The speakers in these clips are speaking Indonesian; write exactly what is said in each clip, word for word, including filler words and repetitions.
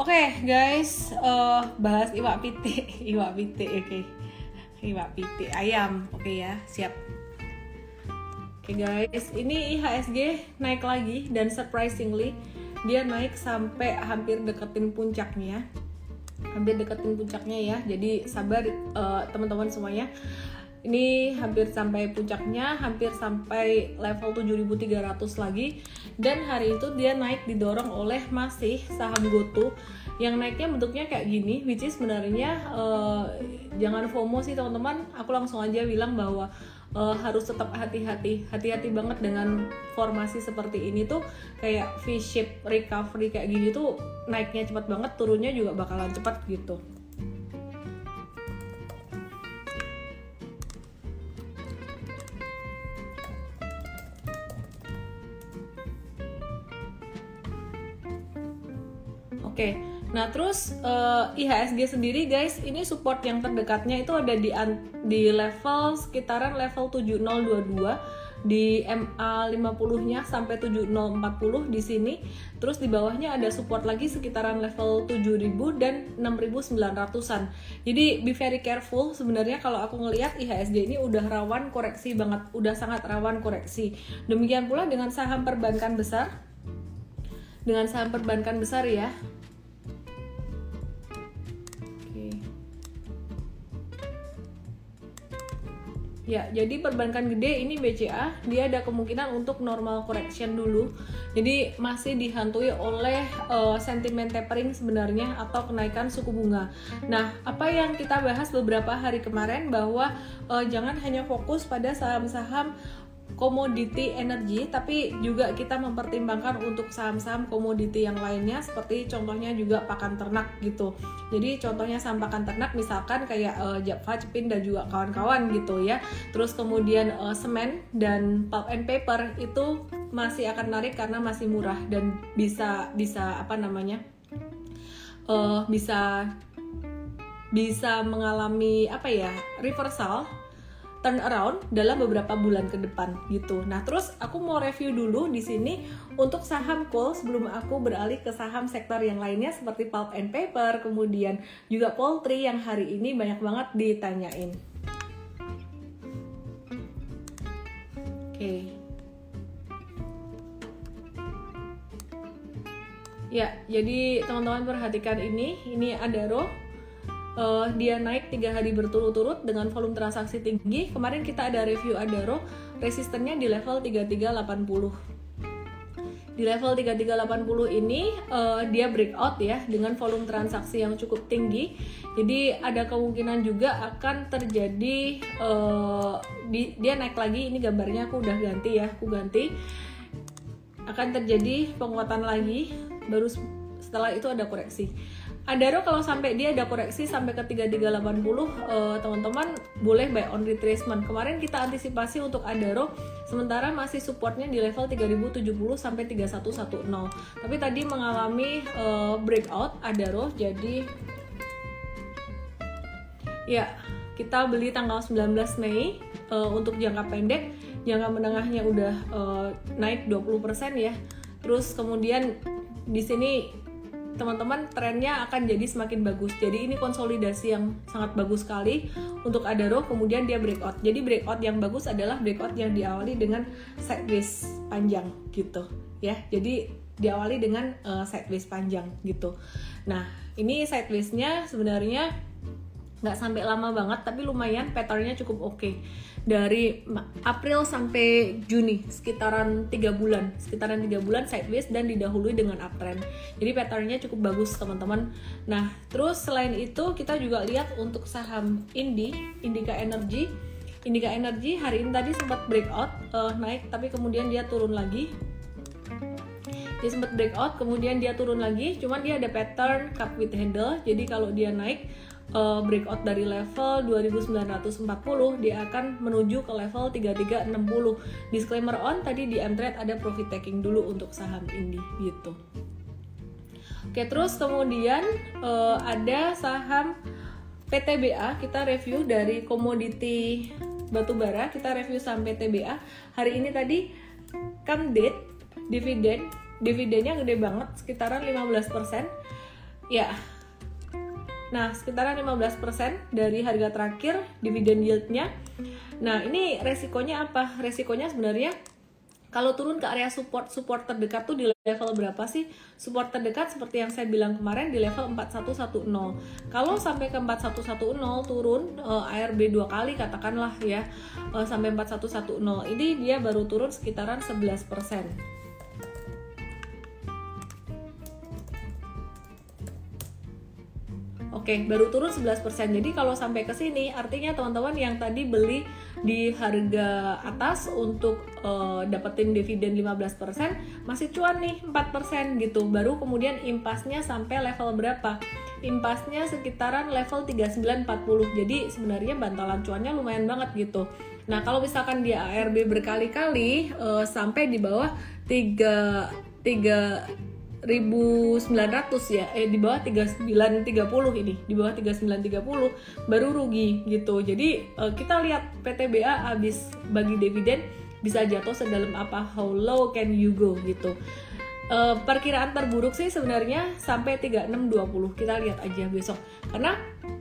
Oke guys, uh, bahas iwak pitik, iwak pitik, oke, okay. Iwak pitik ayam, oke okay ya, siap. Oke okay guys, ini I H S G naik lagi dan surprisingly dia naik sampai hampir deketin puncaknya, hampir deketin puncaknya ya. Jadi sabar uh, teman-teman semuanya. Ini hampir sampai puncaknya, hampir sampai level tujuh ribu tiga ratus lagi. Dan hari itu dia naik didorong oleh masih saham GoTo yang naiknya bentuknya kayak gini, which is sebenarnya uh, jangan FOMO sih teman-teman. Aku langsung aja bilang bahwa uh, harus tetap hati-hati, hati-hati banget dengan formasi seperti ini tuh, kayak V-shape recovery kayak gini tuh naiknya cepat banget, turunnya juga bakalan cepat gitu. Oke, okay. Nah terus uh, I H S G sendiri guys, ini support yang terdekatnya itu ada di di level sekitaran level tujuh nol dua dua di M A lima puluh-nya sampai tujuh nol empat nol di sini. Terus di bawahnya ada support lagi sekitaran level tujuh ribu dan enam ribu sembilan ratusan. Jadi be very careful. Sebenarnya kalau aku ngelihat I H S G ini udah rawan koreksi banget, udah sangat rawan koreksi. Demikian pula dengan saham perbankan besar. Dengan saham perbankan besar ya. Ya, jadi perbankan gede ini B C A, dia ada kemungkinan untuk normal correction dulu. Jadi masih dihantui oleh uh, sentimen tapering sebenarnya atau kenaikan suku bunga. Nah, apa yang kita bahas beberapa hari kemarin bahwa uh, jangan hanya fokus pada saham-saham komoditi energi, tapi juga kita mempertimbangkan untuk saham-saham komoditi yang lainnya, seperti contohnya juga pakan ternak gitu. Jadi contohnya saham pakan ternak misalkan kayak uh, Japfa, Cepin dan juga kawan-kawan gitu ya. Terus kemudian uh, semen dan pulp and paper itu masih akan narik karena masih murah dan bisa bisa apa namanya uh, bisa bisa mengalami apa ya reversal, turn around dalam beberapa bulan ke depan gitu. Nah, terus aku mau review dulu di sini untuk saham coal sebelum aku beralih ke saham sektor yang lainnya seperti pulp and paper, kemudian juga poultry yang hari ini banyak banget ditanyain. Oke. Okay. Ya, jadi teman-teman perhatikan ini, ini Adaro. Uh, dia naik tiga hari berturut-turut dengan volume transaksi tinggi. Kemarin kita ada review Adaro, resistennya di level tiga tiga delapan nol. Di level tiga tiga delapan nol ini uh, dia breakout ya dengan volume transaksi yang cukup tinggi. Jadi ada kemungkinan juga akan terjadi uh, di, dia naik lagi. Ini gambarnya aku udah ganti ya, aku ganti. Akan terjadi penguatan lagi, baru setelah itu ada koreksi. Adaro kalau sampai dia ada koreksi sampai ke tiga tiga delapan nol, uh, teman-teman boleh buy on retracement. Kemarin kita antisipasi untuk Adaro, sementara masih supportnya di level tiga ribu tujuh puluh sampai tiga satu satu nol. Tapi tadi mengalami uh, breakout Adaro, jadi ya kita beli tanggal sembilan belas Mei uh, untuk jangka pendek, jangka menengahnya udah uh, naik dua puluh persen ya. Terus kemudian di sini teman-teman trennya akan jadi semakin bagus. Jadi ini konsolidasi yang sangat bagus sekali untuk Adaro, kemudian dia breakout. Jadi breakout yang bagus adalah breakout yang diawali dengan sideways panjang gitu ya. Jadi diawali dengan uh, sideways panjang gitu. Nah, ini sideways-nya sebenarnya nggak sampai lama banget, tapi lumayan patternnya cukup oke. Okay. Dari April sampai Juni sekitaran tiga bulan, sekitaran tiga bulan sideways dan didahului dengan uptrend. Jadi patternnya cukup bagus teman-teman. Nah, terus selain itu kita juga lihat untuk saham Indi, Indika Energy. Indika Energy hari ini tadi sempat breakout uh, naik, tapi kemudian dia turun lagi. Dia sempat breakout, kemudian dia turun lagi. Cuman dia ada pattern cup with handle. Jadi kalau dia naik Uh, breakout dari level dua ribu sembilan ratus empat puluh, dia akan menuju ke level tiga tiga enam nol. Disclaimer on, tadi di M-Trade ada profit taking dulu untuk saham Indi gitu. Oke, terus kemudian uh, ada saham P T B A. Kita review dari komoditi batubara, kita review saham P T B A. Hari ini tadi come date, dividen, dividennya gede banget, sekitaran lima belas persen. Ya. Nah, sekitaran lima belas persen dari harga terakhir dividen yield-nya. Nah, ini resikonya apa? Resikonya sebenarnya kalau turun ke area support, support terdekat tuh di level berapa sih? Support terdekat seperti yang saya bilang kemarin di level empat satu satu nol. Kalau sampai ke empat satu satu nol turun uh, A R B dua kali katakanlah ya, uh, sampai empat satu satu nol. Ini dia baru turun sekitaran sebelas persen. Oke, baru turun sebelas persen. Jadi kalau sampai ke sini artinya teman-teman yang tadi beli di harga atas untuk uh, dapetin dividen lima belas persen masih cuan nih empat persen gitu. Baru kemudian impasnya sampai level berapa? Impasnya sekitaran level tiga puluh sembilan empat puluh. Jadi sebenarnya bantalan cuannya lumayan banget gitu. Nah, kalau misalkan dia A R B berkali-kali uh, sampai di bawah tiga ribu sembilan ratus ya, eh di bawah tiga ribu sembilan ratus tiga puluh ini, di bawah tiga ribu sembilan ratus tiga puluh baru rugi gitu. Jadi uh, kita lihat P T B A habis bagi dividen bisa jatuh sedalam apa, how low can you go gitu. Uh, perkiraan terburuk sih sebenarnya sampai tiga ribu enam ratus dua puluh. Kita lihat aja besok. Karena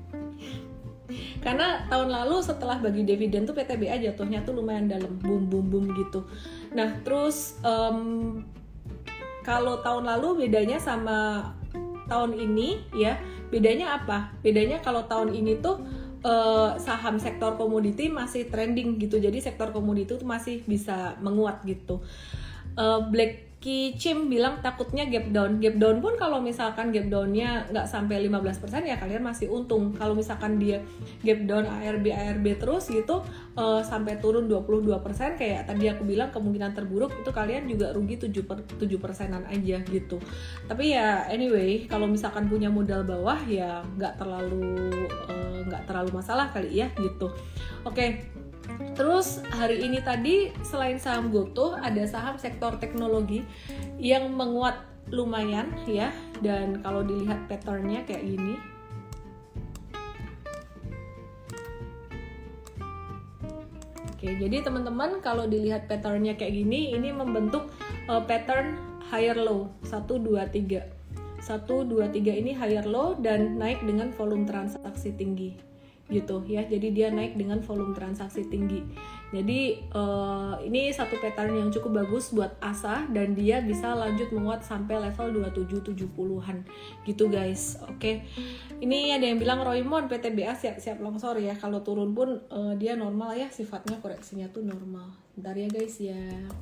karena tahun lalu setelah bagi dividen tuh P T B A jatuhnya tuh lumayan dalam, boom boom boom gitu. Nah, terus um, kalau tahun lalu bedanya sama tahun ini ya, bedanya apa? Bedanya kalau tahun ini tuh eh, saham sektor komoditi masih trending gitu, jadi sektor komoditi tuh masih bisa menguat gitu. Eh, Black Ki Chim bilang takutnya gap down. Gap down pun kalau misalkan gap downnya nggak sampai lima belas persen ya kalian masih untung. Kalau misalkan dia gap down A R B A R B terus gitu uh, sampai turun dua puluh dua persen kayak tadi aku bilang, kemungkinan terburuk itu kalian juga rugi tujuh persenan aja gitu. Tapi ya anyway, kalau misalkan punya modal bawah ya nggak terlalu uh, nggak terlalu masalah kali ya gitu. Oke. Okay. Terus hari ini tadi selain saham GoTo ada saham sektor teknologi yang menguat lumayan ya, dan kalau dilihat patternnya kayak gini. Oke, jadi teman-teman kalau dilihat patternnya kayak gini, ini membentuk uh, pattern higher low satu dua tiga. satu dua tiga ini higher low dan naik dengan volume transaksi tinggi gitu ya. Jadi dia naik dengan volume transaksi tinggi. Jadi uh, ini satu pattern yang cukup bagus buat A S A dan dia bisa lanjut menguat sampai level dua puluh tujuh tujuh puluhan gitu guys. Oke. Okay. Ini ada yang bilang Roymon P T B A siap-siap longsor ya. Kalau turun pun uh, dia normal ya, sifatnya koreksinya tuh normal. Bentar ya guys ya.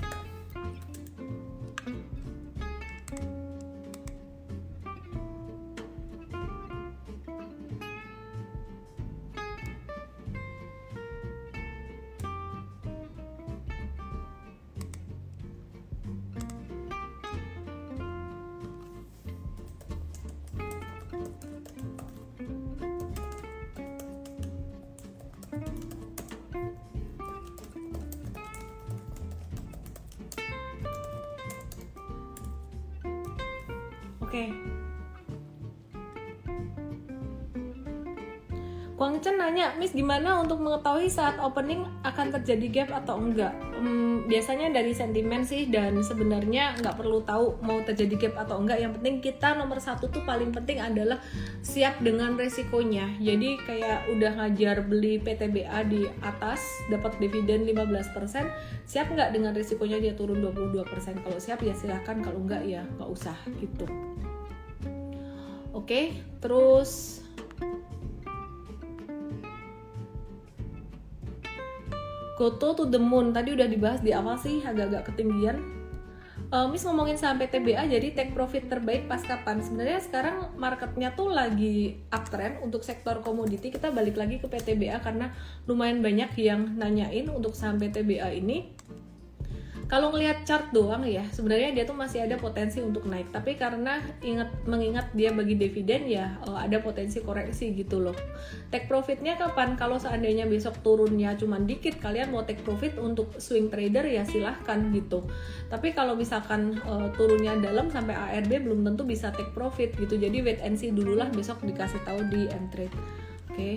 Oke. Okay. Kuang Chen nanya, Miss gimana untuk mengetahui saat opening akan terjadi gap atau enggak? Hmm, biasanya dari sentimen sih, dan sebenarnya nggak perlu tahu mau terjadi gap atau enggak. Yang penting kita nomor satu tuh paling penting adalah siap dengan resikonya. Jadi kayak udah ngajar beli P T B A di atas, dapat dividen lima belas persen, siap nggak dengan resikonya dia turun dua puluh dua persen? Kalau siap ya silahkan, kalau enggak ya nggak usah gitu. Oke, okay, terus GoTo to the moon tadi udah dibahas di awal sih, agak-agak ketinggian. Uh, Miss ngomongin saham P T B A, jadi take profit terbaik pas kapan? Sebenarnya sekarang marketnya tuh lagi uptrend untuk sektor komoditi. Kita balik lagi ke P T B A karena lumayan banyak yang nanyain untuk saham P T B A ini. Kalau ngelihat chart doang ya, sebenarnya dia tuh masih ada potensi untuk naik. Tapi karena ingat mengingat dia bagi dividen ya, oh, ada potensi koreksi gitu loh. Take profitnya kapan? Kalau seandainya besok turunnya cuma dikit, kalian mau take profit untuk swing trader ya silahkan gitu. Tapi kalau misalkan uh, turunnya dalam sampai A R B belum tentu bisa take profit gitu. Jadi wait and see dulu lah, besok dikasih tahu di M-Trade. Oke. Okay.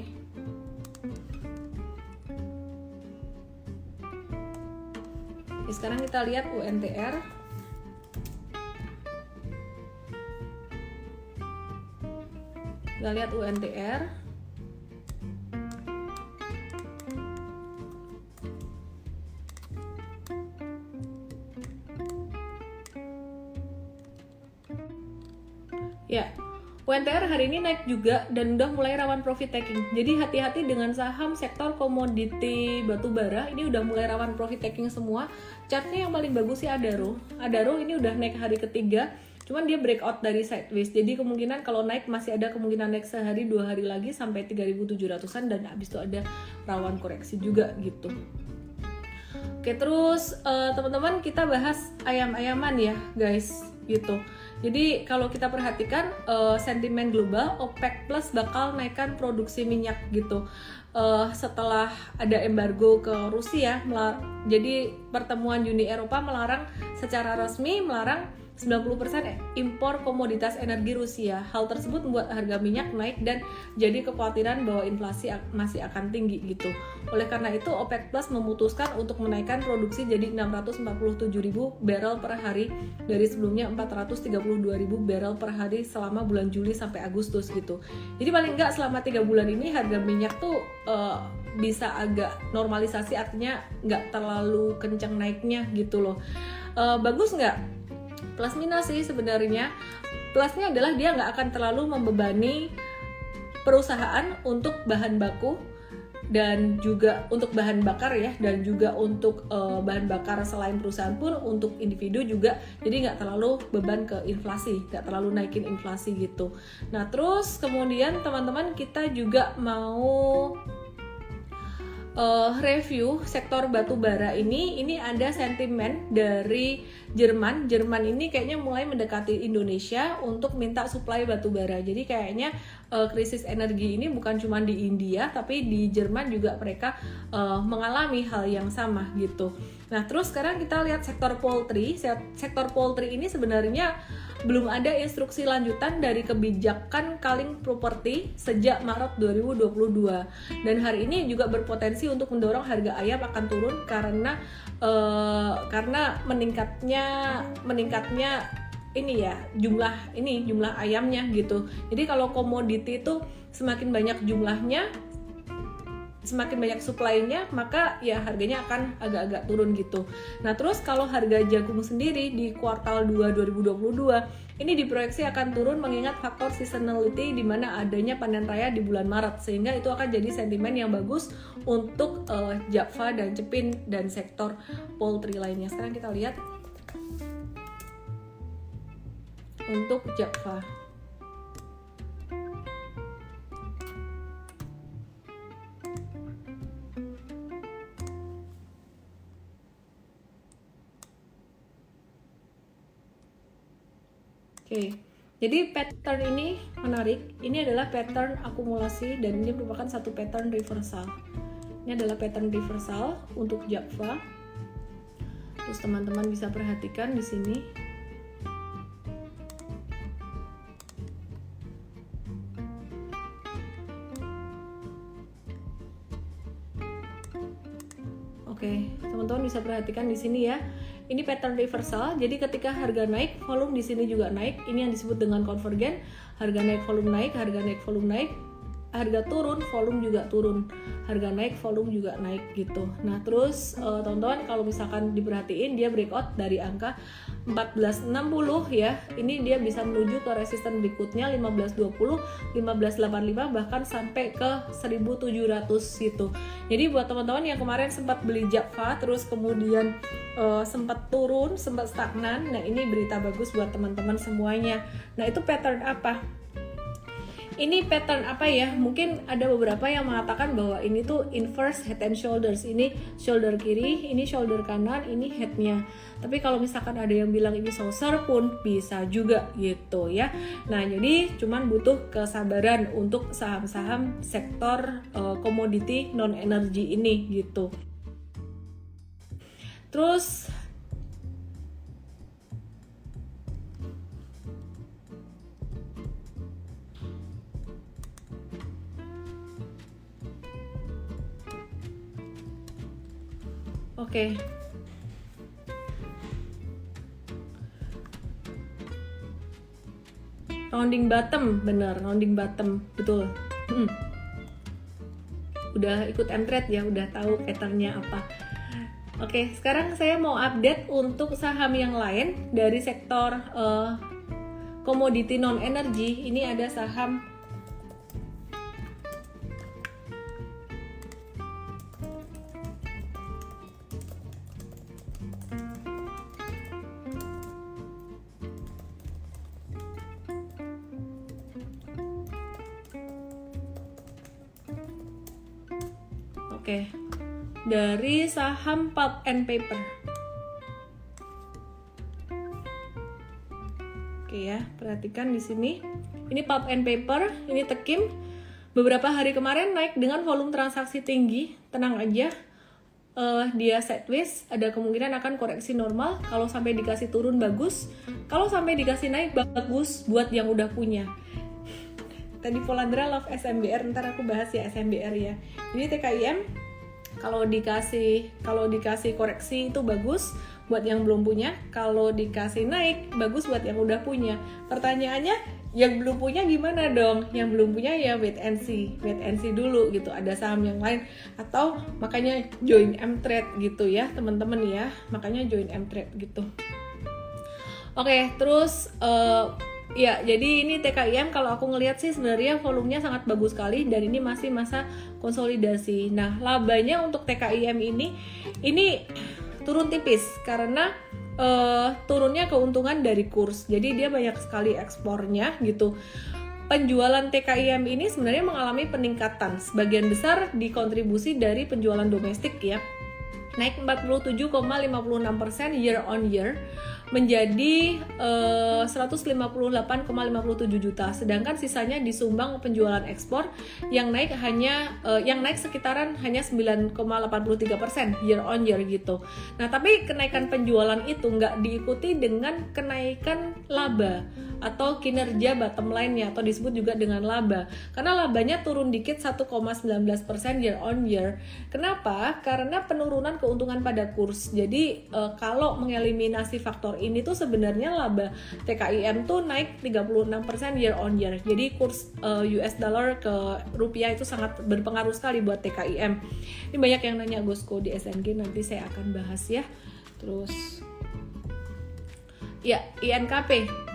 Sekarang kita lihat U N T R. Kita lihat U N T R. Ya, U N T R hari ini naik juga dan udah mulai rawan profit taking. Jadi hati-hati dengan saham sektor komoditi batubara, ini udah mulai rawan profit taking semua. Chartnya yang paling bagus sih Adaro. Adaro ini udah naik hari ketiga, cuman dia breakout dari sideways. Jadi kemungkinan kalau naik masih ada kemungkinan naik sehari dua hari lagi sampai tiga ribu tujuh ratusan dan habis itu ada rawan koreksi juga gitu. Oke, terus uh, teman-teman kita bahas ayam-ayaman ya guys gitu. Jadi kalau kita perhatikan uh, sentimen global, OPEC Plus bakal naikkan produksi minyak gitu uh, setelah ada embargo ke Rusia. Jadi pertemuan Uni Eropa melarang secara resmi melarang sembilan puluh persen impor komoditas energi Rusia. Hal tersebut membuat harga minyak naik dan jadi kekhawatiran bahwa inflasi masih akan tinggi gitu. Oleh karena itu OPEC Plus memutuskan untuk menaikkan produksi jadi enam ratus empat puluh tujuh ribu barrel per hari dari sebelumnya empat ratus tiga puluh dua ribu barrel per hari selama bulan Juli sampai Agustus gitu. Jadi paling enggak selama tiga bulan ini harga minyak tuh uh, bisa agak normalisasi, artinya nggak terlalu kencang naiknya gitu loh. Uh, bagus nggak? Plus minus sih sebenarnya. Plusnya adalah dia nggak akan terlalu membebani perusahaan untuk bahan baku dan juga untuk bahan bakar ya, dan juga untuk uh, bahan bakar selain perusahaan pun untuk individu juga, jadi nggak terlalu beban ke inflasi, nggak terlalu naikin inflasi gitu. Nah terus kemudian teman-teman kita juga mau Uh, review sektor batu bara ini. Ini ada sentimen dari Jerman. Jerman ini kayaknya mulai mendekati Indonesia untuk minta suplai batu bara. Jadi kayaknya uh, krisis energi ini bukan cuma di India, tapi di Jerman juga mereka uh, mengalami hal yang sama gitu. Nah terus sekarang kita lihat sektor poultry. Sektor poultry ini sebenarnya belum ada instruksi lanjutan dari kebijakan culling property sejak Maret dua ribu dua puluh dua, dan hari ini juga berpotensi untuk mendorong harga ayam akan turun karena uh, karena meningkatnya meningkatnya ini ya jumlah ini jumlah ayamnya gitu. Jadi kalau komoditi itu semakin banyak jumlahnya, semakin banyak supply-nya, maka ya harganya akan agak-agak turun gitu. Nah terus kalau harga jagung sendiri di kuartal dua dua ribu dua puluh dua ini diproyeksi akan turun mengingat faktor seasonality di mana adanya panen raya di bulan Maret, sehingga itu akan jadi sentimen yang bagus untuk uh, Java dan Cepin dan sektor poultry lainnya. Sekarang kita lihat untuk Java. Oke, jadi pattern ini menarik. Ini adalah pattern akumulasi dan ini merupakan satu pattern reversal. Ini adalah pattern reversal untuk Java. Terus teman-teman bisa perhatikan di sini. Oke, teman-teman bisa perhatikan di sini ya. Ini pattern reversal. Jadi ketika harga naik, volume di sini juga naik. Ini yang disebut dengan konvergen. Harga naik, volume naik, harga naik, volume naik. Harga turun, volume juga turun. Harga naik, volume juga naik gitu. Nah, terus uh, teman-teman kalau misalkan diperhatiin dia breakout dari angka empat belas enam puluh ya. Ini dia bisa menuju ke resisten berikutnya lima belas dua puluh, lima belas delapan puluh lima bahkan sampai ke seribu tujuh ratus gitu. Jadi buat teman-teman yang kemarin sempat beli Java terus kemudian uh, sempat turun, sempat stagnan. Nah, ini berita bagus buat teman-teman semuanya. Nah, itu pattern apa? Ini pattern apa ya? Mungkin ada beberapa yang mengatakan bahwa ini tuh inverse head and shoulders. Ini shoulder kiri, ini shoulder kanan, ini headnya. Tapi kalau misalkan ada yang bilang ini saucer pun bisa juga gitu ya. Nah, jadi cuman butuh kesabaran untuk saham-saham sektor uh, komoditi non energi ini gitu. Terus Oke. Okay. rounding bottom, bener, rounding bottom, betul. Hmm. Udah ikut M-Trade ya, udah tahu patternnya apa. Oke, sekarang saya mau update untuk saham yang lain dari sektor uh, komoditi non energi. Ini ada saham Oke, dari saham pulp and paper. Oke ya, perhatikan di sini. Ini pulp and paper, ini Tekim. Beberapa hari kemarin naik dengan volume transaksi tinggi. Tenang aja, uh, dia sideways. Ada kemungkinan akan koreksi normal. Kalau sampai dikasih turun bagus, kalau sampai dikasih naik bagus buat yang udah punya. Tadi Polandra love S M B R, ntar aku bahas ya S M B R ya. Ini T K I M, kalau dikasih kalau dikasih koreksi itu bagus buat yang belum punya, kalau dikasih naik bagus buat yang udah punya. Pertanyaannya, yang belum punya gimana dong? Yang belum punya ya wait and see, wait and see dulu gitu. Ada saham yang lain atau makanya join M-Trade gitu ya teman-teman ya. Makanya join M-Trade gitu. Oke, terus uh, ya, jadi ini T K I M kalau aku ngelihat sih sebenarnya volumenya sangat bagus sekali dan ini masih masa konsolidasi. Nah, labanya untuk T K I M ini ini turun tipis karena uh, turunnya keuntungan dari kurs. Jadi dia banyak sekali ekspornya gitu. Penjualan T K I M ini sebenarnya mengalami peningkatan. Sebagian besar dikontribusi dari penjualan domestik ya. Naik empat puluh tujuh koma lima enam persen year on year menjadi uh, seratus lima puluh delapan koma lima tujuh juta, sedangkan sisanya disumbang penjualan ekspor yang naik hanya uh, yang naik sekitaran hanya sembilan koma delapan tiga persen year on year gitu. Nah, tapi kenaikan penjualan itu nggak diikuti dengan kenaikan laba atau kinerja bottom line-nya atau disebut juga dengan laba. Karena labanya turun dikit satu koma sembilan belas persen year on year. Kenapa? Karena penurunan keuntungan pada kurs. Jadi uh, kalau mengeliminasi faktor ini tuh sebenarnya laba T K I M tuh naik tiga puluh enam persen year on year. Jadi kurs uh, U S dollar ke rupiah itu sangat berpengaruh sekali buat T K I M. Ini banyak yang nanya Gosco di S N G, nanti saya akan bahas ya. Terus ya, I N K P.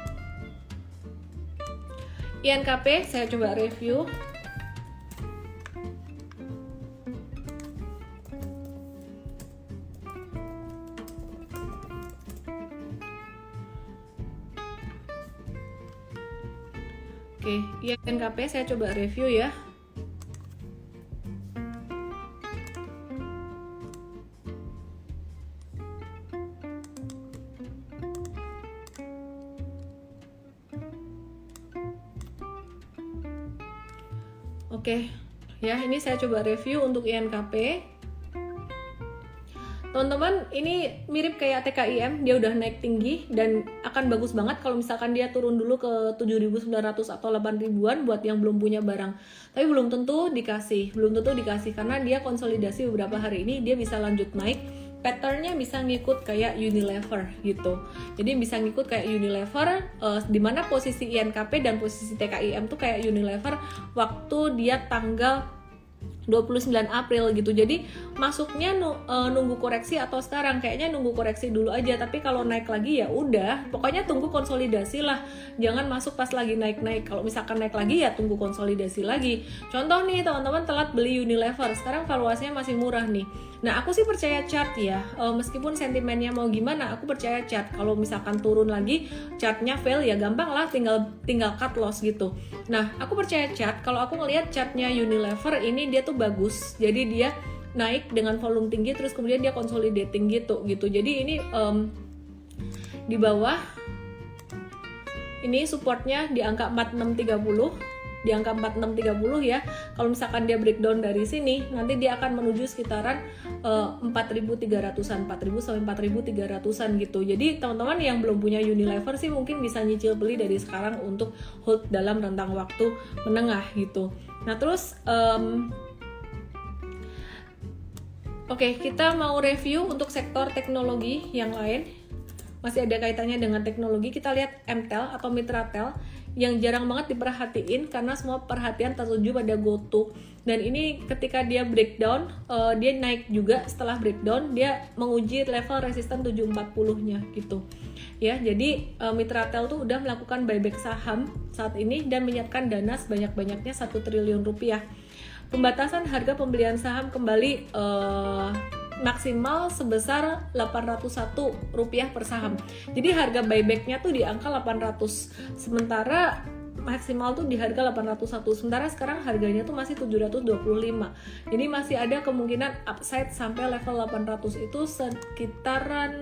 I N K P saya coba review. Oke, I N K P saya coba review ya. Oke, ya ini saya coba review untuk I N K P. Teman-teman, ini mirip kayak T K I M, dia udah naik tinggi dan akan bagus banget kalau misalkan dia turun dulu ke tujuh ribu sembilan ratus atau delapan ribuan buat yang belum punya barang. Tapi belum tentu dikasih, belum tentu dikasih karena dia konsolidasi beberapa hari ini, dia bisa lanjut naik. Patternnya bisa ngikut kayak Unilever gitu. Jadi bisa ngikut kayak Unilever, uh, di mana posisi I N K P dan posisi T K I M tuh kayak Unilever waktu dia tanggal dua puluh sembilan April gitu. Jadi masuknya nunggu koreksi atau sekarang kayaknya nunggu koreksi dulu aja, tapi kalau naik lagi ya udah, pokoknya tunggu konsolidasi lah. Jangan masuk pas lagi naik-naik. Kalau misalkan naik lagi ya tunggu konsolidasi lagi. Contoh nih, teman-teman telat beli Unilever, sekarang valuasinya masih murah nih. Nah, aku sih percaya chart ya. E, meskipun sentimennya mau gimana, aku percaya chart. Kalau misalkan turun lagi, chartnya fail ya gampang lah, tinggal tinggal cut loss gitu. Nah, aku percaya chart. Kalau aku ngelihat chartnya Unilever ini dia tuh bagus. Jadi dia naik dengan volume tinggi, terus kemudian dia consolidating gitu gitu. Jadi ini um, di bawah ini supportnya di angka empat enam tiga nol, di angka empat enam tiga nol ya. Kalau misalkan dia breakdown dari sini, nanti dia akan menuju sekitaran uh, empat ribu tiga ratusan, empat ribu sampai empat ribu tiga ratusan gitu. Jadi teman-teman yang belum punya Unilever sih mungkin bisa nyicil beli dari sekarang untuk hold dalam rentang waktu menengah gitu. Nah, terus um, oke, okay, kita mau review untuk sektor teknologi yang lain. masih ada kaitannya dengan teknologi. Kita lihat M T E L atau Mitratel yang jarang banget diperhatiin karena semua perhatian tertuju pada GoTo. Dan ini ketika dia breakdown, uh, dia naik juga. Setelah breakdown dia menguji level resisten tujuh empat puluh-nya gitu. Ya, jadi uh, Mitratel tuh udah melakukan buyback saham saat ini dan menyiapkan dana sebanyak-banyaknya satu triliun rupiah. Pembatasan harga pembelian saham kembali uh, maksimal sebesar delapan ratus satu rupiah per saham. Jadi harga buybacknya tuh di angka delapan ratus, sementara maksimal tuh di harga delapan ratus satu, sementara sekarang harganya tuh masih tujuh ratus dua puluh lima. Jadi masih ada kemungkinan upside sampai level delapan ratus, itu sekitaran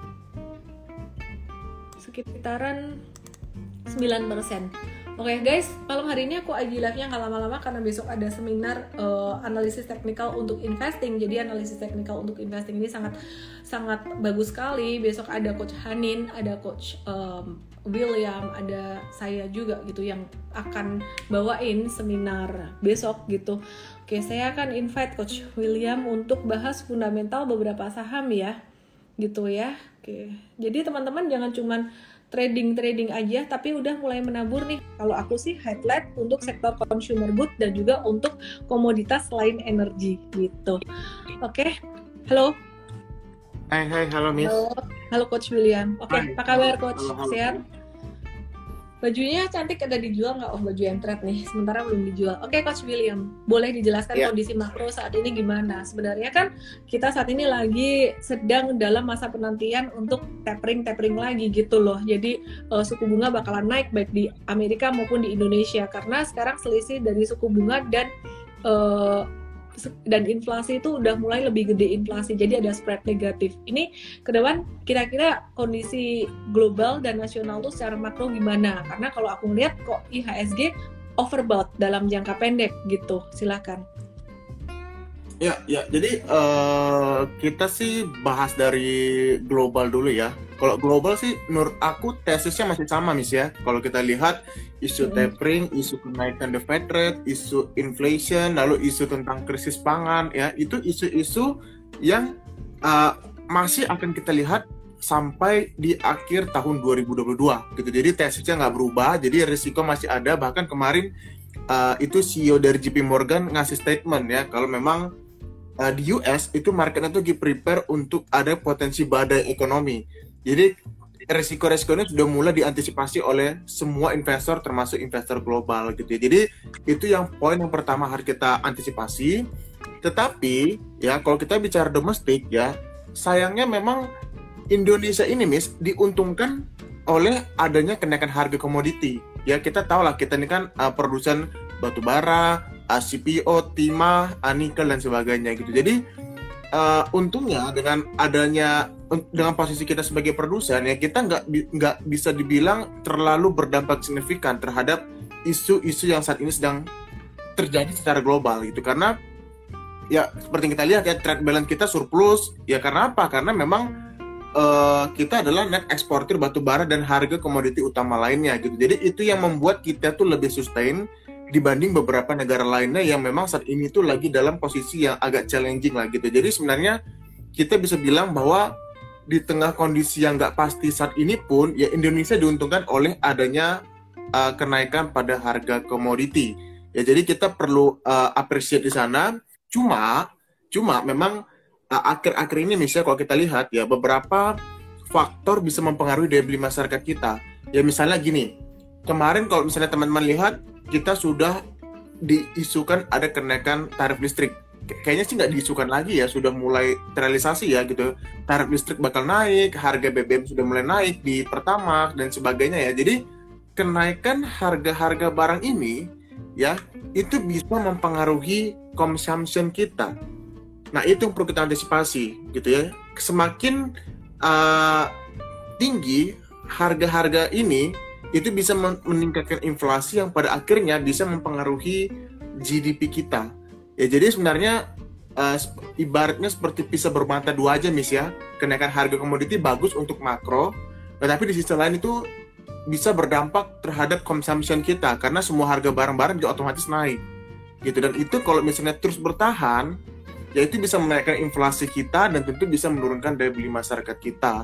sekitaran sembilan persen. Oke okay guys, malam hari ini aku I G live-nya nggak lama-lama karena besok ada seminar uh, analisis teknikal untuk investing. Jadi analisis teknikal untuk investing ini sangat sangat bagus sekali. Besok ada Coach Hanin, ada Coach um, William, ada saya juga gitu yang akan bawain seminar besok gitu. Oke, saya akan invite Coach William untuk bahas fundamental beberapa saham ya, gitu ya. Oke, jadi teman-teman jangan cuman trading-trading aja, tapi udah mulai menabur nih. Kalau aku sih highlight untuk sektor consumer good dan juga untuk komoditas selain energi gitu. Oke, okay. Halo. Hai, hai, halo Miss. Halo, halo Coach William. Oke, okay, apa kabar Coach? Halo, halo. Sehat? Bajunya cantik, ada dijual nggak? Oh, baju yang trend nih, sementara belum dijual. Oke, okay, Coach William, boleh dijelaskan yeah. kondisi makro saat ini gimana? Sebenarnya kan kita saat ini lagi sedang dalam masa penantian untuk tapering-tapering lagi gitu loh. Jadi uh, suku bunga bakalan naik baik di Amerika maupun di Indonesia karena sekarang selisih dari suku bunga dan uh, dan inflasi itu udah mulai lebih gede inflasi, jadi ada spread negatif. Ini ke depan kira-kira kondisi global dan nasional tuh secara makro gimana? Karena kalau aku lihat kok I H S G overbought dalam jangka pendek gitu. Silakan. Ya, ya. Jadi uh, kita sih bahas dari global dulu ya. Kalau global sih menurut aku tesisnya masih sama Miss ya. Kalau kita lihat isu tapering, isu kenaikan the Fed rate, isu inflation, lalu isu tentang krisis pangan ya, itu isu-isu yang uh, masih akan kita lihat sampai di akhir tahun dua ribu dua puluh dua gitu. Jadi tesisnya nggak berubah, jadi risiko masih ada. Bahkan kemarin uh, itu C E O dari J P Morgan ngasih statement ya, kalau memang uh, di U S itu marketnya tuh di prepare untuk ada potensi badai ekonomi. Jadi resiko-resikonya sudah mulai diantisipasi oleh semua investor termasuk investor global gitu ya. Jadi itu yang poin yang pertama harus kita antisipasi. Tetapi ya kalau kita bicara domestik ya, sayangnya memang Indonesia ini Miss diuntungkan oleh adanya kenaikan harga komoditi. Ya kita tahu lah kita ini kan uh, produsen batu bara, uh, C P O, timah, uh, nikel dan sebagainya gitu. Jadi uh, untungnya dengan adanya dengan posisi kita sebagai produsen ya kita nggak nggak bisa dibilang terlalu berdampak signifikan terhadap isu-isu yang saat ini sedang terjadi secara global gitu, karena ya seperti yang kita lihat ya trade balance kita surplus ya. Karena apa? Karena memang uh, kita adalah net eksportir batu bara dan harga komoditi utama lainnya gitu. Jadi itu yang membuat kita tuh lebih sustain dibanding beberapa negara lainnya yang memang saat ini tuh lagi dalam posisi yang agak challenging lah gitu. Jadi sebenarnya kita bisa bilang bahwa di tengah kondisi yang nggak pasti saat ini pun, ya Indonesia diuntungkan oleh adanya uh, kenaikan pada harga komoditi. Ya jadi kita perlu uh, appreciate di sana. Cuma, cuma memang uh, akhir-akhir ini misalnya kalau kita lihat ya beberapa faktor bisa mempengaruhi daya beli masyarakat kita. Ya misalnya gini, kemarin kalau misalnya teman-teman lihat kita sudah diisukan ada kenaikan tarif listrik. Kayaknya sih nggak diisukan lagi ya, sudah mulai terrealisasi ya gitu. Tarif listrik bakal naik, harga B B M sudah mulai naik di Pertamax dan sebagainya ya. Jadi kenaikan harga-harga barang ini ya itu bisa mempengaruhi consumption kita. Nah itu yang perlu kita antisipasi gitu ya. Semakin uh, tinggi harga-harga ini itu bisa meningkatkan inflasi yang pada akhirnya bisa mempengaruhi G D P kita. Ya jadi sebenarnya uh, ibaratnya seperti pisau bermata dua aja Miss ya. Kenaikan harga komoditi bagus untuk makro, tetapi di sisi lain itu bisa berdampak terhadap consumption kita karena semua harga barang-barang juga otomatis naik. Gitu, dan itu kalau misalnya terus bertahan, ya itu bisa menaikkan inflasi kita dan tentu bisa menurunkan daya beli masyarakat kita.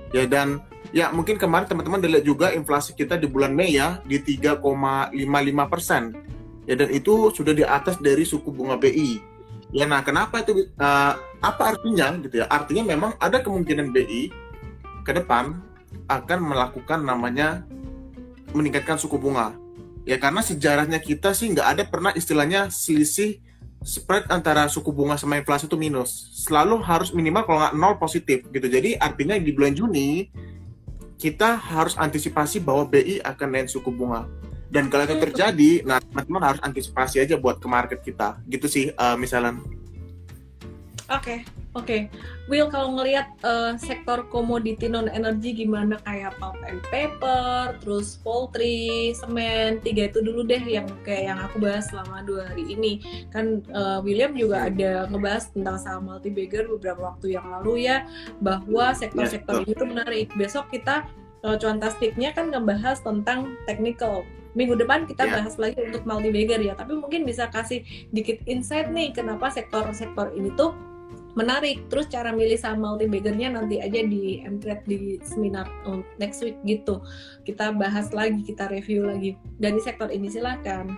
Ya, dan ya mungkin kemarin teman-teman dilihat juga inflasi kita di bulan Mei ya di tiga koma lima lima persen. Ya, dan itu sudah di atas dari suku bunga B I. Ya, nah kenapa itu? Uh, apa artinya gitu ya? Artinya memang ada kemungkinan B I ke depan akan melakukan namanya meningkatkan suku bunga. Ya, karena sejarahnya kita sih nggak ada pernah istilahnya selisih spread antara suku bunga sama inflasi itu minus. Selalu harus minimal kalau nggak nol positif gitu. Jadi artinya di bulan Juni kita harus antisipasi bahwa B I akan naik suku bunga. Dan kalau itu terjadi, nah teman-teman harus antisipasi aja buat ke market kita. Gitu sih, uh, misalnya. Oke, okay, oke. Okay. Will, kalau ngelihat uh, sektor komoditi non-energi gimana, kayak pulp and paper, terus poultry, semen, tiga itu dulu deh yang kayak yang aku bahas selama dua hari ini. Kan uh, William juga ada ngebahas tentang saham multi-bagger beberapa waktu yang lalu ya, bahwa sektor-sektor ini tuh menarik. Besok kita uh, cuantastiknya kan ngebahas tentang technical. Minggu depan kita yeah. bahas lagi untuk multi-bagger ya, tapi mungkin bisa kasih dikit insight nih kenapa sektor-sektor ini tuh menarik. Terus cara milih saham multi-baggernya nanti aja di M Trade di seminar next week gitu. Kita bahas lagi, kita review lagi dari sektor ini, silakan.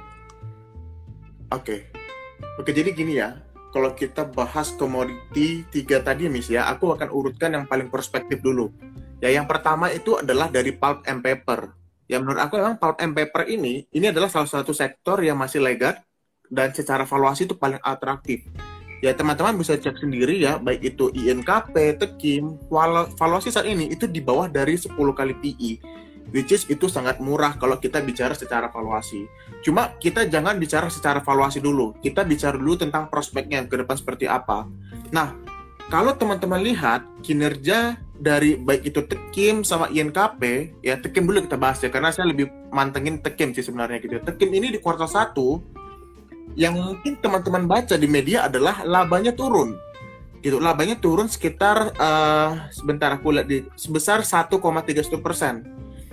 Oke, okay. oke okay, jadi gini ya, kalau kita bahas komoditi tiga tadi Miss ya, aku akan urutkan yang paling prospektif dulu. Ya, yang pertama itu adalah dari pulp and paper. Ya, menurut aku memang pulp and paper ini, ini adalah salah satu sektor yang masih laggard dan secara valuasi itu paling atraktif. Ya, teman-teman bisa cek sendiri ya, baik itu I N K P, Tekim, valuasi saat ini itu di bawah dari sepuluh kali P E, which is itu sangat murah kalau kita bicara secara valuasi. Cuma kita jangan bicara secara valuasi dulu, kita bicara dulu tentang prospeknya ke depan seperti apa. Nah, kalau teman-teman lihat kinerja dari baik itu Tekim sama I N K P, ya Tekim dulu kita bahas ya, karena saya lebih mantengin Tekim sih sebenarnya gitu. Tekim ini di kuartal satu, yang mungkin teman-teman baca di media adalah labanya turun. Gitu, labanya turun sekitar, uh, sebentar aku lihat, di sebesar satu koma tiga satu persen.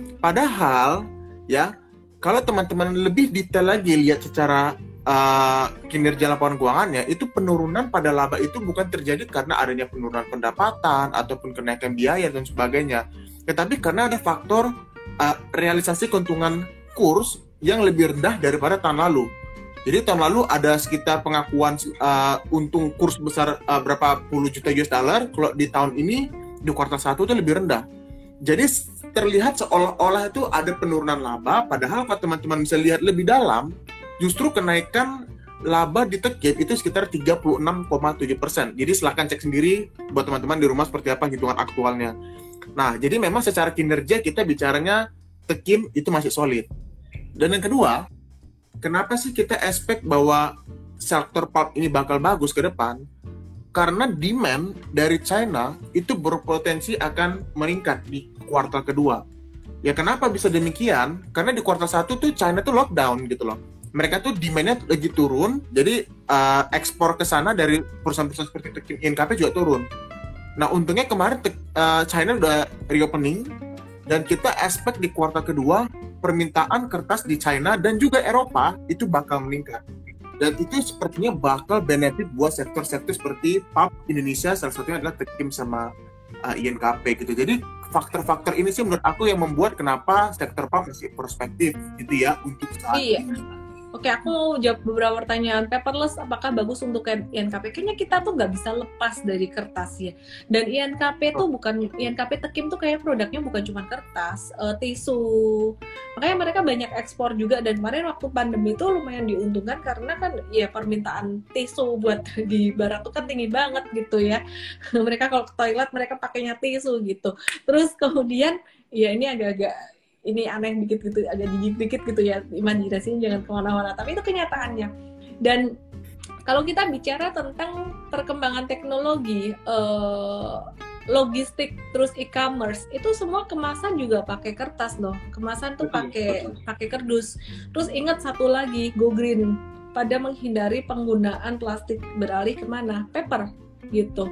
Padahal, ya, kalau teman-teman lebih detail lagi lihat secara Uh, kinerja laporan keuangannya, itu penurunan pada laba itu bukan terjadi karena adanya penurunan pendapatan ataupun kenaikan biaya dan sebagainya, tetapi karena ada faktor uh, realisasi keuntungan kurs yang lebih rendah daripada tahun lalu. Jadi tahun lalu ada sekitar pengakuan uh, untung kurs besar uh, berapa puluh juta U S dollar, kalau di tahun ini di kuartal satu itu lebih rendah. Jadi terlihat seolah-olah itu ada penurunan laba, padahal kalau teman-teman bisa lihat lebih dalam, justru kenaikan laba di Tekim itu sekitar tiga puluh enam koma tujuh persen. Jadi silahkan cek sendiri buat teman-teman di rumah seperti apa hitungan aktualnya. Nah, jadi memang secara kinerja kita bicaranya Tekim itu masih solid. Dan yang kedua, kenapa sih kita expect bahwa sektor pulp ini bakal bagus ke depan? Karena demand dari China itu berpotensi akan meningkat di kuartal kedua. Ya, kenapa bisa demikian? Karena di kuartal satu tuh China tuh lockdown gitu loh. Mereka tuh demand-nya lagi turun, jadi uh, ekspor ke sana dari perusahaan-perusahaan seperti Tekim, I N K P juga turun. Nah, untungnya kemarin uh, China udah reopening, dan kita expect di kuartal kedua permintaan kertas di China dan juga Eropa itu bakal meningkat. Dan itu sepertinya bakal benefit buat sektor-sektor seperti pulp Indonesia, salah satunya adalah Tekim sama uh, I N K P gitu. Jadi faktor-faktor ini sih menurut aku yang membuat kenapa sektor pulp masih prospektif gitu ya untuk saat iya. ini. Oke, aku mau jawab beberapa pertanyaan. Paperless apakah bagus untuk I N K P? Kayaknya kita tuh nggak bisa lepas dari kertas ya. Dan I N K P tuh bukan, I N K P Tekim tuh kayak produknya bukan cuma kertas, uh, tisu. Makanya mereka banyak ekspor juga, dan kemarin waktu pandemi itu lumayan diuntungkan karena kan ya permintaan tisu buat di barat tuh kan tinggi banget gitu ya. Mereka kalau ke toilet mereka pakainya tisu gitu. Terus kemudian ya ini agak-agak ini aneh dikit gitu, agak jijik dikit gitu ya, imajinasinya jangan kemana-mana, tapi itu kenyataannya. Dan kalau kita bicara tentang perkembangan teknologi, eh, logistik, terus e-commerce, itu semua kemasan juga pakai kertas loh, kemasan tuh pakai pakai kardus. Terus ingat satu lagi, go green, pada menghindari penggunaan plastik, beralih kemana? Paper gitu.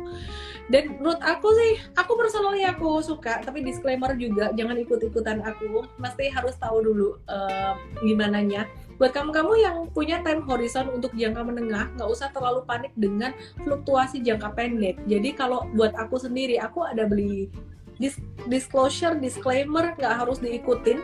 Dan menurut aku sih, aku personally aku suka, tapi disclaimer juga, jangan ikut-ikutan aku, mesti harus tahu dulu uh, gimana nya. Buat kamu-kamu yang punya time horizon untuk jangka menengah, nggak usah terlalu panik dengan fluktuasi jangka pendek. Jadi kalau buat aku sendiri, aku ada beli dis- disclosure, disclaimer nggak harus diikutin.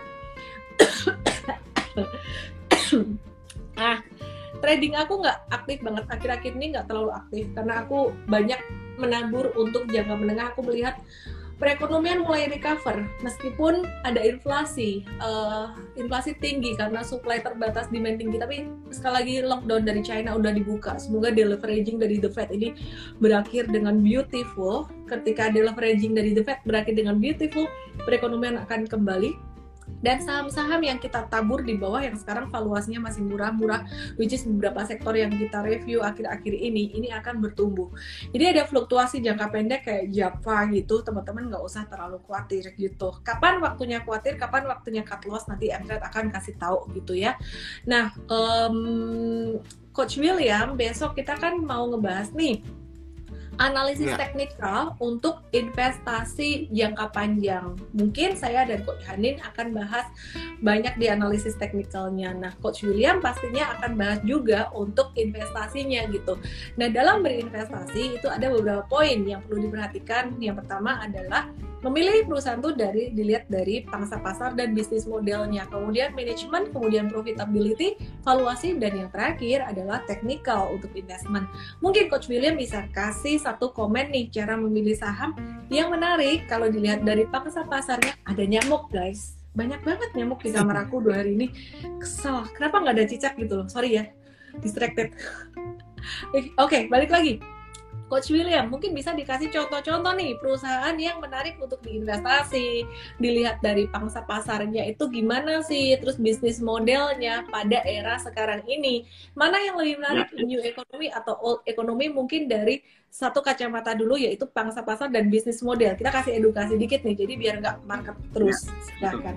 Ah, trading aku nggak aktif banget akhir-akhir ini, nggak terlalu aktif karena aku banyak menabur untuk jangka menengah. Aku melihat perekonomian mulai recover meskipun ada inflasi, uh, inflasi tinggi karena supply terbatas, demand tinggi. Tapi sekali lagi lockdown dari China udah dibuka. Semoga deleveraging dari The Fed ini berakhir dengan beautiful. Ketika deleveraging dari The Fed berakhir dengan beautiful, perekonomian akan kembali. Dan saham-saham yang kita tabur di bawah yang sekarang valuasinya masih murah-murah, which is beberapa sektor yang kita review akhir-akhir ini, ini akan bertumbuh. Jadi ada fluktuasi jangka pendek kayak Java gitu, teman-teman nggak usah terlalu khawatir gitu. Kapan waktunya khawatir, kapan waktunya cut loss, nanti Mtrade akan kasih tahu gitu ya. Nah, um, Coach William, besok kita kan mau ngebahas nih analisis yeah. teknikal untuk investasi jangka panjang. Mungkin saya dan Coach Hanin akan bahas banyak di analisis teknikalnya. Nah, Coach William pastinya akan bahas juga untuk investasinya gitu. Nah, dalam berinvestasi itu ada beberapa poin yang perlu diperhatikan. Yang pertama adalah memilih perusahaan itu dari dilihat dari pangsa pasar dan bisnis modelnya, kemudian manajemen, kemudian profitability, valuasi, dan yang terakhir adalah technical untuk investment. Mungkin Coach William bisa kasih satu komen nih cara memilih saham yang menarik. Kalau dilihat dari pangsa pasarnya, ada nyamuk guys, banyak banget nyamuk di kamar aku dua hari ini. Kesel, kenapa nggak ada cicak gitu loh, sorry ya, distracted. Oke, okay, balik lagi. Coach William, mungkin bisa dikasih contoh-contoh nih perusahaan yang menarik untuk diinvestasi, dilihat dari pangsa pasarnya itu gimana sih, terus bisnis modelnya pada era sekarang ini, mana yang lebih menarik, new economy atau old economy, mungkin dari satu kacamata dulu yaitu pangsa pasar dan bisnis model. Kita kasih edukasi dikit nih, jadi biar nggak market terus. Silahkan.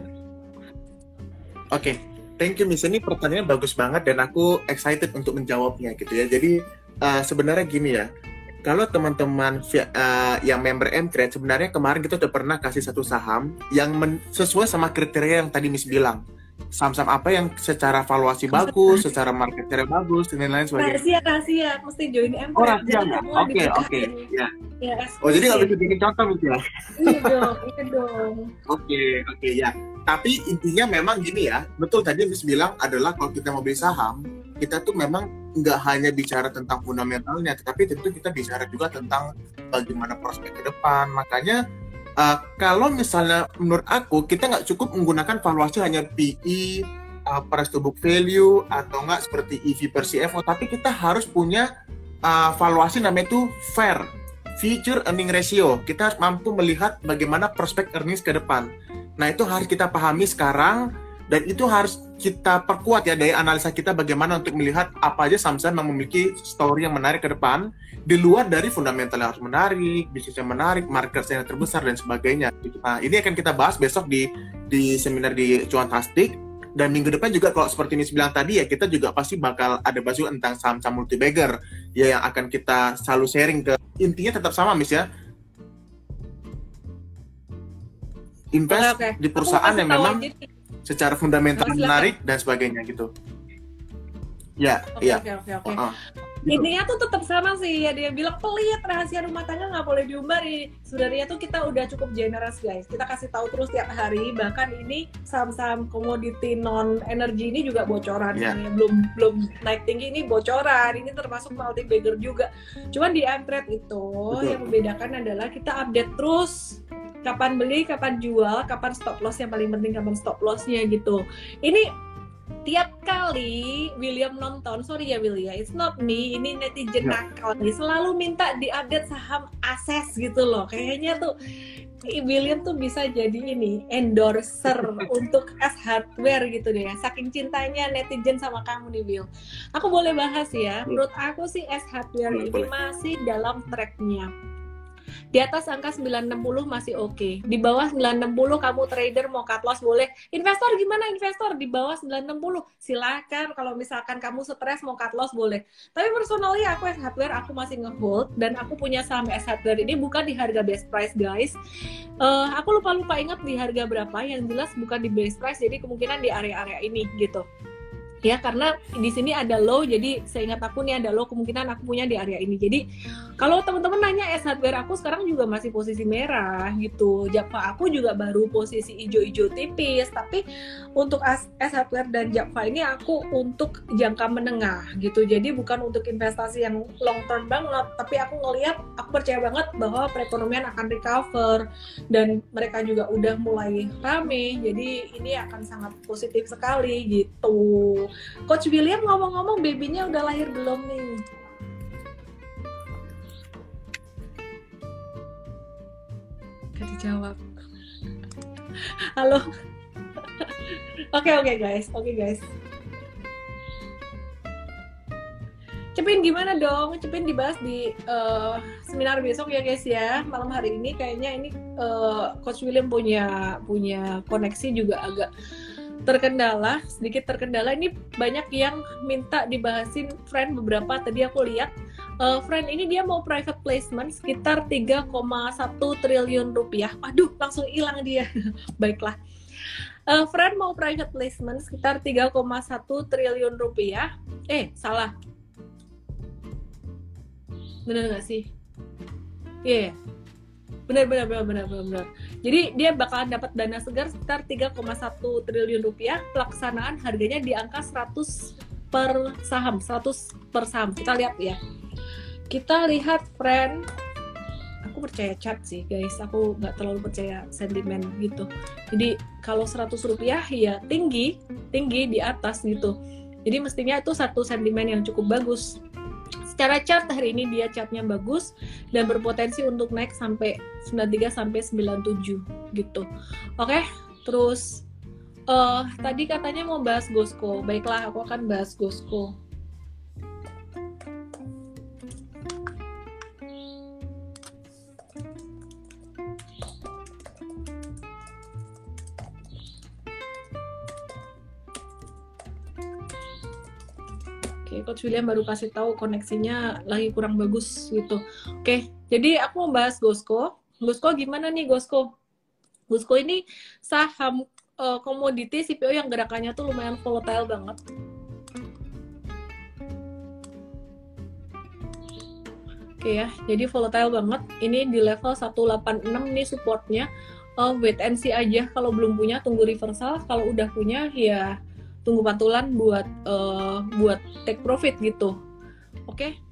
Oke, okay. Thank you Miss, ini pertanyaannya bagus banget dan aku excited untuk menjawabnya gitu ya. Jadi uh, sebenarnya gini ya, kalau teman-teman uh, yang member Mtrade, sebenarnya kemarin kita udah pernah kasih satu saham yang men- sesuai sama kriteria yang tadi Miss bilang. Saham-saham apa yang secara valuasi bagus, secara market share bagus, dan lain-lain sebagainya. Rahasia, rahasia, mesti join Mtrade. Oh, rahasia nggak? Oke, oke. Ya. Ya, oh, jadi nggak bisa bikin contoh Miss ya? Iya dong, iya dong. Oke, oke ya. Tapi intinya memang gini ya, betul tadi Miss bilang adalah kalau kita mau beli saham, kita tuh memang nggak hanya bicara tentang fundamentalnya, tetapi tentu kita bicara juga tentang bagaimana prospek ke depan. Makanya uh, kalau misalnya menurut aku kita nggak cukup menggunakan valuasi hanya P E, uh, price to book value, atau nggak seperti E V per C F O, tapi kita harus punya uh, valuasi namanya itu fair, future earning ratio. Kita harus mampu melihat bagaimana prospek earnings ke depan. Nah itu harus kita pahami sekarang. Dan itu harus kita perkuat ya dari analisa kita bagaimana untuk melihat apa aja saham-saham yang memiliki story yang menarik ke depan di luar dari fundamental yang harus menarik, bisnis yang menarik, market yang terbesar dan sebagainya. Nah, ini akan kita bahas besok di di seminar di Cuantastic, dan minggu depan juga kalau seperti Miss bilang tadi ya kita juga pasti bakal ada bahas juga tentang saham-saham multi-bagger ya yang akan kita selalu sharing ke. Intinya tetap sama Miss ya. Invest okay, okay. di perusahaan yang memang jadi secara fundamental menarik dan sebagainya gitu. Ya, oke, ya. Oke, oke, oke. Intinya tuh tetap sama sih ya, dia bilang pelit, rahasia rumah tangga nggak boleh diumbar. Sebenarnya tuh kita udah cukup generous guys. Kita kasih tahu terus tiap hari. Bahkan ini saham-saham komoditi non energi ini juga bocoran. Yeah. Belum belum naik tinggi ini bocoran. Ini termasuk multi bagger juga. Cuman di Mtrade itu betul, yang membedakan adalah kita update terus. Kapan beli, kapan jual, kapan stop loss, yang paling penting kapan stop lossnya gitu. Ini tiap kali William nonton, sorry ya Will ya, it's not me, ini netizen nakal nih, selalu minta diupdate saham Ases gitu loh. Kayaknya tuh William tuh bisa jadi ini endorser untuk S Hardware gitu deh, saking cintanya netizen sama kamu nih Will. Aku boleh bahas ya, menurut aku sih S Hardware ini masih dalam tracknya. Di atas angka sembilan enam puluh masih oke. Okay. Di bawah sembilan enam puluh kamu trader mau cut loss boleh. Investor gimana investor? Di bawah sembilan enam puluh silakan, kalau misalkan kamu stres mau cut loss boleh. Tapi personally aku S Hardware aku masih nge-hold dan aku punya saham S Hardware ini bukan di harga best price guys. Uh, aku lupa-lupa ingat di harga berapa, yang jelas bukan di best price, jadi kemungkinan di area-area ini gitu. ya, karena di sini ada low, jadi seingat aku nih ada low, kemungkinan aku punya di area ini. Jadi kalau teman-teman nanya S hardware aku sekarang juga masih posisi merah gitu, Jakva aku juga baru posisi hijau-hijau tipis, tapi untuk S hardware dan Jakva ini aku untuk jangka menengah gitu, jadi bukan untuk investasi yang long term banget, tapi aku ngelihat, aku percaya banget bahwa perekonomian akan recover dan mereka juga udah mulai rame, jadi ini akan sangat positif sekali gitu. Coach William, ngomong-ngomong, babynya udah lahir belum nih? Gak dijawab. Halo. Oke oke guys, oke guys. Cepin gimana dong? Cepin dibahas di uh, seminar besok ya guys ya. Malam hari ini kayaknya ini uh, Coach William punya punya koneksi juga agak terkendala, sedikit terkendala. Ini banyak yang minta dibahasin friend beberapa. Tadi aku lihat uh, friend ini dia mau private placement sekitar tiga koma satu triliun rupiah. Aduh, langsung hilang dia. Baiklah. Uh, friend mau private placement sekitar tiga koma satu triliun rupiah. Eh, salah. Bener nggak sih? Iya. Yeah. Benar, benar, benar, benar, benar. Jadi dia bakalan dapat dana segar sekitar tiga koma satu triliun rupiah. Pelaksanaan harganya di angka seratus per saham, seratus per saham. Kita lihat ya. Kita lihat friend. Aku percaya chart sih guys. Aku nggak terlalu percaya sentimen gitu. Jadi kalau seratus rupiah ya tinggi, tinggi di atas gitu. Jadi mestinya itu satu sentimen yang cukup bagus. Secara chart hari ini dia chartnya bagus dan berpotensi untuk naik sampai sembilan puluh tiga sampai sembilan puluh tujuh gitu. Oke, terus uh, tadi katanya mau bahas Gosco. Baiklah, aku akan bahas Gosco. Oke, Coach William baru kasih tahu koneksinya lagi kurang bagus gitu. Oke, jadi aku mau bahas Gosco. Gosco gimana nih Gosco? Gosco ini saham uh, komoditi C P O yang gerakannya tuh lumayan volatile banget. Oke ya, jadi volatile banget. Ini di level seratus delapan puluh enam nih supportnya. Uh, wait and see aja. Kalau belum punya tunggu reversal. Kalau udah punya ya tunggu pantulan buat uh, buat take profit gitu. Oke,